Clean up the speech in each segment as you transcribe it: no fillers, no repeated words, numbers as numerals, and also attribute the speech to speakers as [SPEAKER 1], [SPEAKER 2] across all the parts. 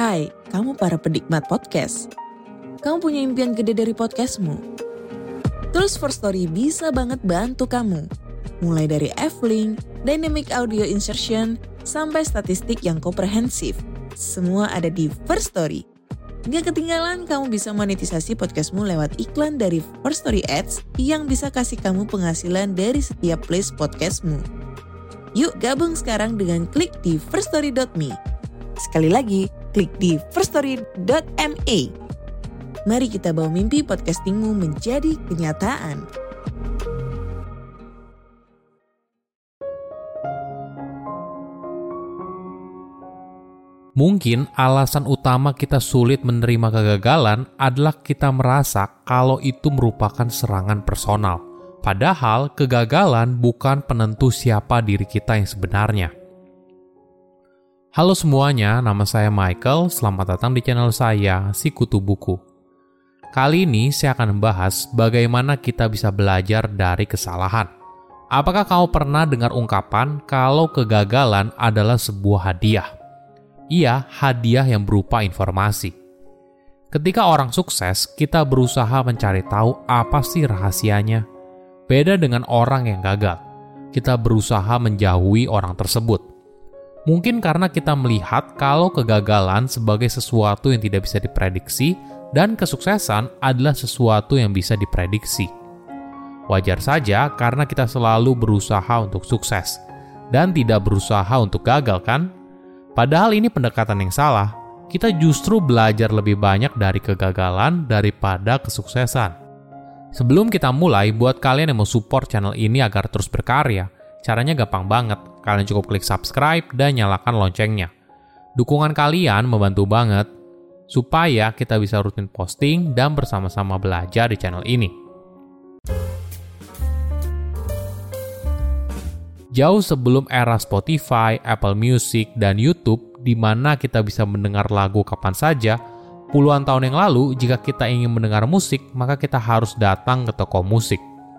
[SPEAKER 1] Hai, kamu para penikmat podcast. Kamu punya impian gede dari podcastmu? Terus First Story bisa banget bantu kamu. Mulai dari F-Link, Dynamic Audio Insertion, sampai statistik yang komprehensif. Semua ada di First Story. Gak ketinggalan kamu bisa monetisasi podcastmu lewat iklan dari First Story Ads yang bisa kasih kamu penghasilan dari setiap place podcastmu. Yuk gabung sekarang dengan klik di firststory.me. Sekali lagi, klik di firststory.me. Mari kita bawa mimpi podcastingmu menjadi kenyataan.
[SPEAKER 2] Mungkin alasan utama kita sulit menerima kegagalan adalah kita merasa kalau itu merupakan serangan personal. Padahal kegagalan bukan penentu siapa diri kita yang sebenarnya. Halo semuanya, nama saya Michael. Selamat datang di channel saya, Sikutu Buku. Kali ini saya akan membahas bagaimana kita bisa belajar dari kesalahan. Apakah kamu pernah dengar ungkapan kalau kegagalan adalah sebuah hadiah? Iya, hadiah yang berupa informasi. Ketika orang sukses, kita berusaha mencari tahu apa sih rahasianya. Beda dengan orang yang gagal, kita berusaha menjauhi orang tersebut. Mungkin karena kita melihat kalau kegagalan sebagai sesuatu yang tidak bisa diprediksi dan kesuksesan adalah sesuatu yang bisa diprediksi. Wajar saja karena kita selalu berusaha untuk sukses dan tidak berusaha untuk gagal, kan? Padahal ini pendekatan yang salah. Kita justru belajar lebih banyak dari kegagalan daripada kesuksesan. Sebelum kita mulai, buat kalian yang mau support channel ini agar terus berkarya, caranya gampang banget. Kalian cukup klik subscribe dan nyalakan loncengnya. Dukungan kalian membantu banget supaya kita bisa rutin posting dan bersama-sama belajar di channel ini. Jauh sebelum era Spotify, Apple Music, dan YouTube, di mana kita bisa mendengar lagu kapan saja, puluhan tahun yang lalu, jika kita ingin mendengar musik, maka kita harus datang ke toko musik.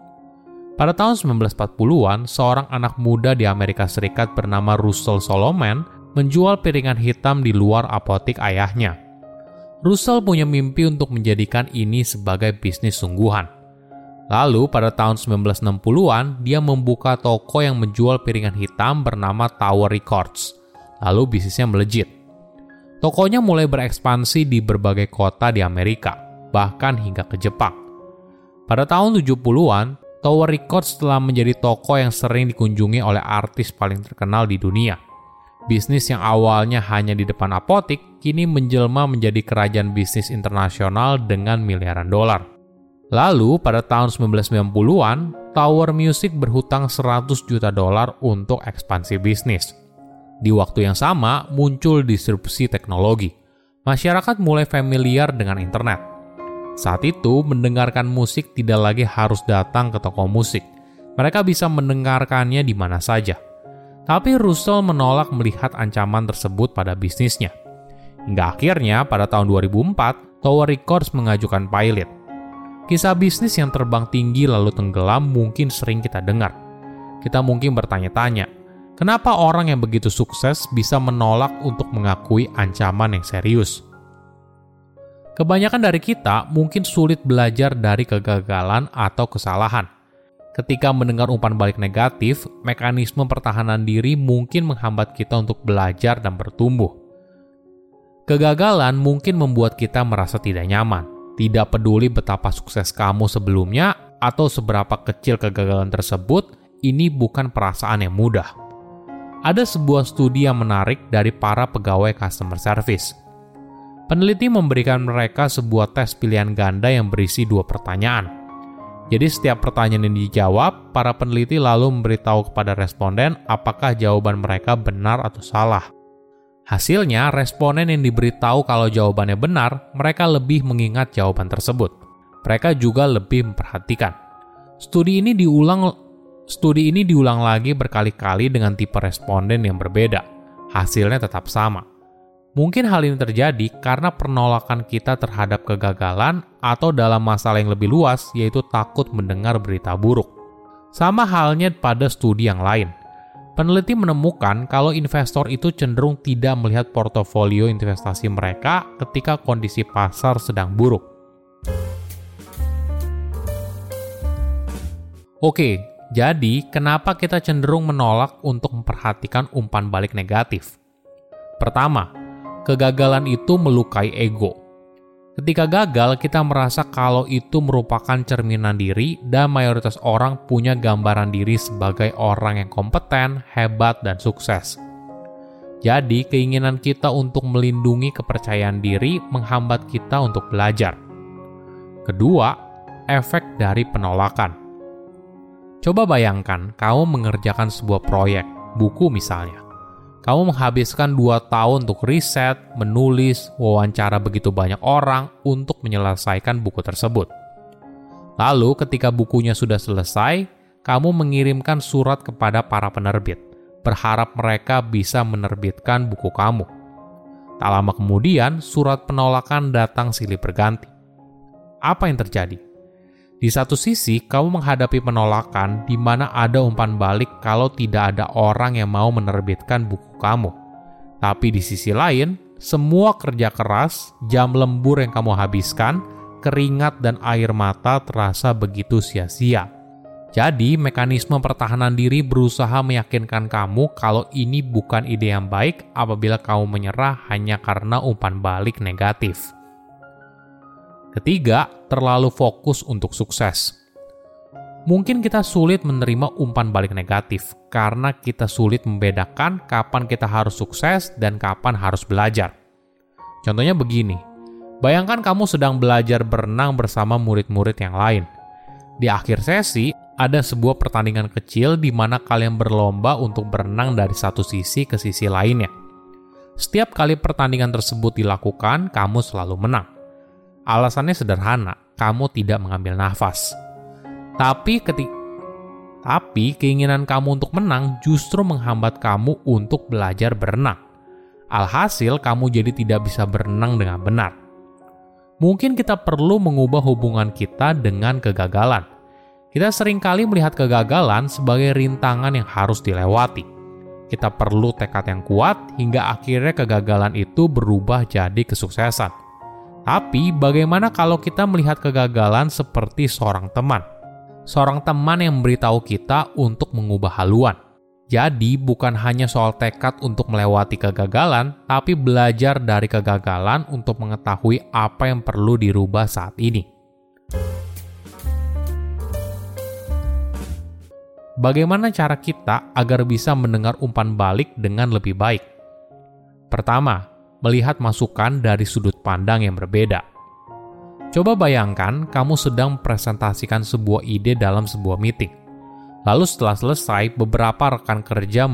[SPEAKER 2] Pada tahun 1940-an, seorang anak muda di Amerika Serikat bernama Russell Solomon menjual piringan hitam di luar apotik ayahnya. Russell punya mimpi untuk menjadikan ini sebagai bisnis sungguhan. Lalu, pada tahun 1960-an, dia membuka toko yang menjual piringan hitam bernama Tower Records. Lalu bisnisnya melejit. Tokonya mulai berekspansi di berbagai kota di Amerika, bahkan hingga ke Jepang. Pada tahun 70-an, Tower Records telah menjadi toko yang sering dikunjungi oleh artis paling terkenal di dunia. Bisnis yang awalnya hanya di depan apotik, kini menjelma menjadi kerajaan bisnis internasional dengan miliaran dolar. Lalu, pada tahun 1990-an, Tower Music berhutang 100 juta dolar untuk ekspansi bisnis. Di waktu yang sama, muncul disrupsi teknologi. Masyarakat mulai familiar dengan internet. Saat itu, mendengarkan musik tidak lagi harus datang ke toko musik. Mereka bisa mendengarkannya di mana saja. Tapi Russell menolak melihat ancaman tersebut pada bisnisnya. Hingga akhirnya, pada tahun 2004, Tower Records mengajukan pilot. Kisah bisnis yang terbang tinggi lalu tenggelam mungkin sering kita dengar. Kita mungkin bertanya-tanya, kenapa orang yang begitu sukses bisa menolak untuk mengakui ancaman yang serius? Kebanyakan dari kita mungkin sulit belajar dari kegagalan atau kesalahan. Ketika mendengar umpan balik negatif, mekanisme pertahanan diri mungkin menghambat kita untuk belajar dan bertumbuh. Kegagalan mungkin membuat kita merasa tidak nyaman, tidak peduli betapa sukses kamu sebelumnya atau seberapa kecil kegagalan tersebut, ini bukan perasaan yang mudah. Ada sebuah studi yang menarik dari para pegawai customer service. Peneliti memberikan mereka sebuah tes pilihan ganda yang berisi 2 pertanyaan. Jadi setiap pertanyaan yang dijawab, para peneliti lalu memberitahu kepada responden apakah jawaban mereka benar atau salah. Hasilnya, responden yang diberitahu kalau jawabannya benar, mereka lebih mengingat jawaban tersebut. Mereka juga lebih memperhatikan. Studi ini diulang lagi berkali-kali dengan tipe responden yang berbeda. Hasilnya tetap sama. Mungkin hal ini terjadi karena penolakan kita terhadap kegagalan atau dalam masalah yang lebih luas, yaitu takut mendengar berita buruk. Sama halnya pada studi yang lain. Peneliti menemukan kalau investor itu cenderung tidak melihat portofolio investasi mereka ketika kondisi pasar sedang buruk. Oke, jadi kenapa kita cenderung menolak untuk memperhatikan umpan balik negatif? Pertama, kegagalan itu melukai ego. Ketika gagal, kita merasa kalau itu merupakan cerminan diri dan mayoritas orang punya gambaran diri sebagai orang yang kompeten, hebat, dan sukses. Jadi, keinginan kita untuk melindungi kepercayaan diri menghambat kita untuk belajar. Kedua, efek dari penolakan. Coba bayangkan, kamu mengerjakan sebuah proyek, buku misalnya. Kamu menghabiskan 2 tahun untuk riset, menulis, wawancara begitu banyak orang untuk menyelesaikan buku tersebut. Lalu ketika bukunya sudah selesai, kamu mengirimkan surat kepada para penerbit, berharap mereka bisa menerbitkan buku kamu. Tak lama kemudian, surat penolakan datang silih berganti. Apa yang terjadi? Di satu sisi, kamu menghadapi penolakan di mana ada umpan balik kalau tidak ada orang yang mau menerbitkan buku kamu. Tapi di sisi lain, semua kerja keras, jam lembur yang kamu habiskan, keringat dan air mata terasa begitu sia-sia. Jadi, mekanisme pertahanan diri berusaha meyakinkan kamu kalau ini bukan ide yang baik apabila kamu menyerah hanya karena umpan balik negatif. Ketiga, terlalu fokus untuk sukses. Mungkin kita sulit menerima umpan balik negatif karena kita sulit membedakan kapan kita harus sukses dan kapan harus belajar. Contohnya begini, bayangkan kamu sedang belajar berenang bersama murid-murid yang lain. Di akhir sesi, ada sebuah pertandingan kecil di mana kalian berlomba untuk berenang dari satu sisi ke sisi lainnya. Setiap kali pertandingan tersebut dilakukan, kamu selalu menang. Alasannya sederhana, kamu tidak mengambil nafas. Tapi keinginan kamu untuk menang justru menghambat kamu untuk belajar berenang. Alhasil, kamu jadi tidak bisa berenang dengan benar. Mungkin kita perlu mengubah hubungan kita dengan kegagalan. Kita seringkali melihat kegagalan sebagai rintangan yang harus dilewati. Kita perlu tekad yang kuat hingga akhirnya kegagalan itu berubah jadi kesuksesan. Tapi bagaimana kalau kita melihat kegagalan seperti seorang teman? Seorang teman yang memberitahu kita untuk mengubah haluan. Jadi bukan hanya soal tekad untuk melewati kegagalan, tapi belajar dari kegagalan untuk mengetahui apa yang perlu dirubah saat ini. Bagaimana cara kita agar bisa mendengar umpan balik dengan lebih baik? Pertama, melihat masukan dari sudut pandang yang berbeda. Coba bayangkan kamu sedang mempresentasikan sebuah ide dalam sebuah meeting. Lalu setelah selesai, beberapa rekan kerja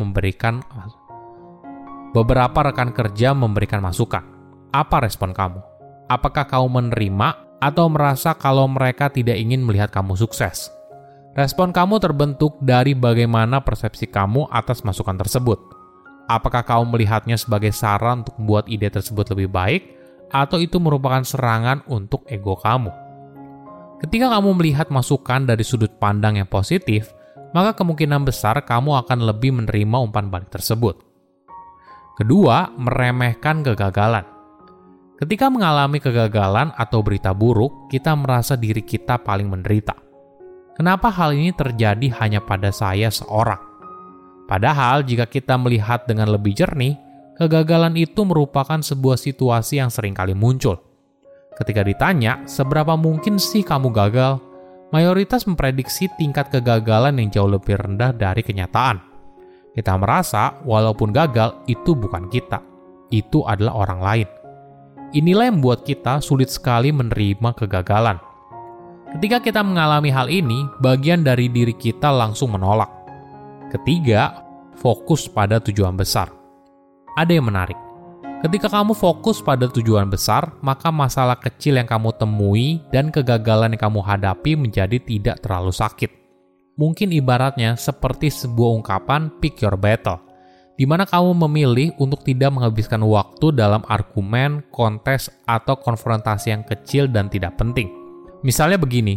[SPEAKER 2] memberikan masukan. Apa respon kamu? Apakah kamu menerima atau merasa kalau mereka tidak ingin melihat kamu sukses? Respon kamu terbentuk dari bagaimana persepsi kamu atas masukan tersebut. Apakah kamu melihatnya sebagai saran untuk membuat ide tersebut lebih baik, atau itu merupakan serangan untuk ego kamu? Ketika kamu melihat masukan dari sudut pandang yang positif, maka kemungkinan besar kamu akan lebih menerima umpan balik tersebut. Kedua, meremehkan kegagalan. Ketika mengalami kegagalan atau berita buruk, kita merasa diri kita paling menderita. Kenapa hal ini terjadi hanya pada saya seorang? Padahal jika kita melihat dengan lebih jernih, kegagalan itu merupakan sebuah situasi yang seringkali muncul. Ketika ditanya, seberapa mungkin sih kamu gagal? Mayoritas memprediksi tingkat kegagalan yang jauh lebih rendah dari kenyataan. Kita merasa, walaupun gagal, itu bukan kita. Itu adalah orang lain. Inilah yang membuat kita sulit sekali menerima kegagalan. Ketika kita mengalami hal ini, bagian dari diri kita langsung menolak. Ketiga, fokus pada tujuan besar. Ada yang menarik. Ketika kamu fokus pada tujuan besar, maka masalah kecil yang kamu temui dan kegagalan yang kamu hadapi menjadi tidak terlalu sakit. Mungkin ibaratnya seperti sebuah ungkapan pick your battle, di mana kamu memilih untuk tidak menghabiskan waktu dalam argumen, kontes, atau konfrontasi yang kecil dan tidak penting. Misalnya begini,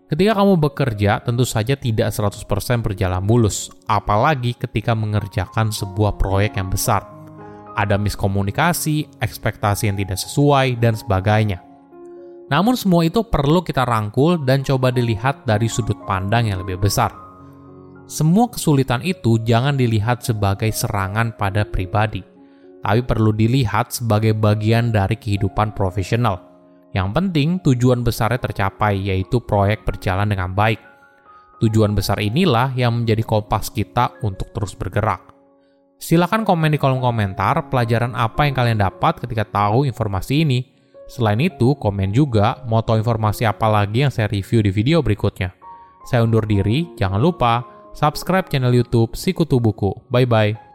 [SPEAKER 2] Ketika kamu bekerja, tentu saja tidak 100% berjalan mulus, apalagi ketika mengerjakan sebuah proyek yang besar. Ada miskomunikasi, ekspektasi yang tidak sesuai, dan sebagainya. Namun semua itu perlu kita rangkul dan coba dilihat dari sudut pandang yang lebih besar. Semua kesulitan itu jangan dilihat sebagai serangan pada pribadi, tapi perlu dilihat sebagai bagian dari kehidupan profesional. Yang penting tujuan besarnya tercapai, yaitu proyek berjalan dengan baik. Tujuan besar inilah yang menjadi kompas kita untuk terus bergerak. Silakan komen di kolom komentar pelajaran apa yang kalian dapat ketika tahu informasi ini. Selain itu, komen juga mau tahu informasi apa lagi yang saya review di video berikutnya. Saya undur diri, jangan lupa subscribe channel YouTube Sikutu Buku. Bye-bye.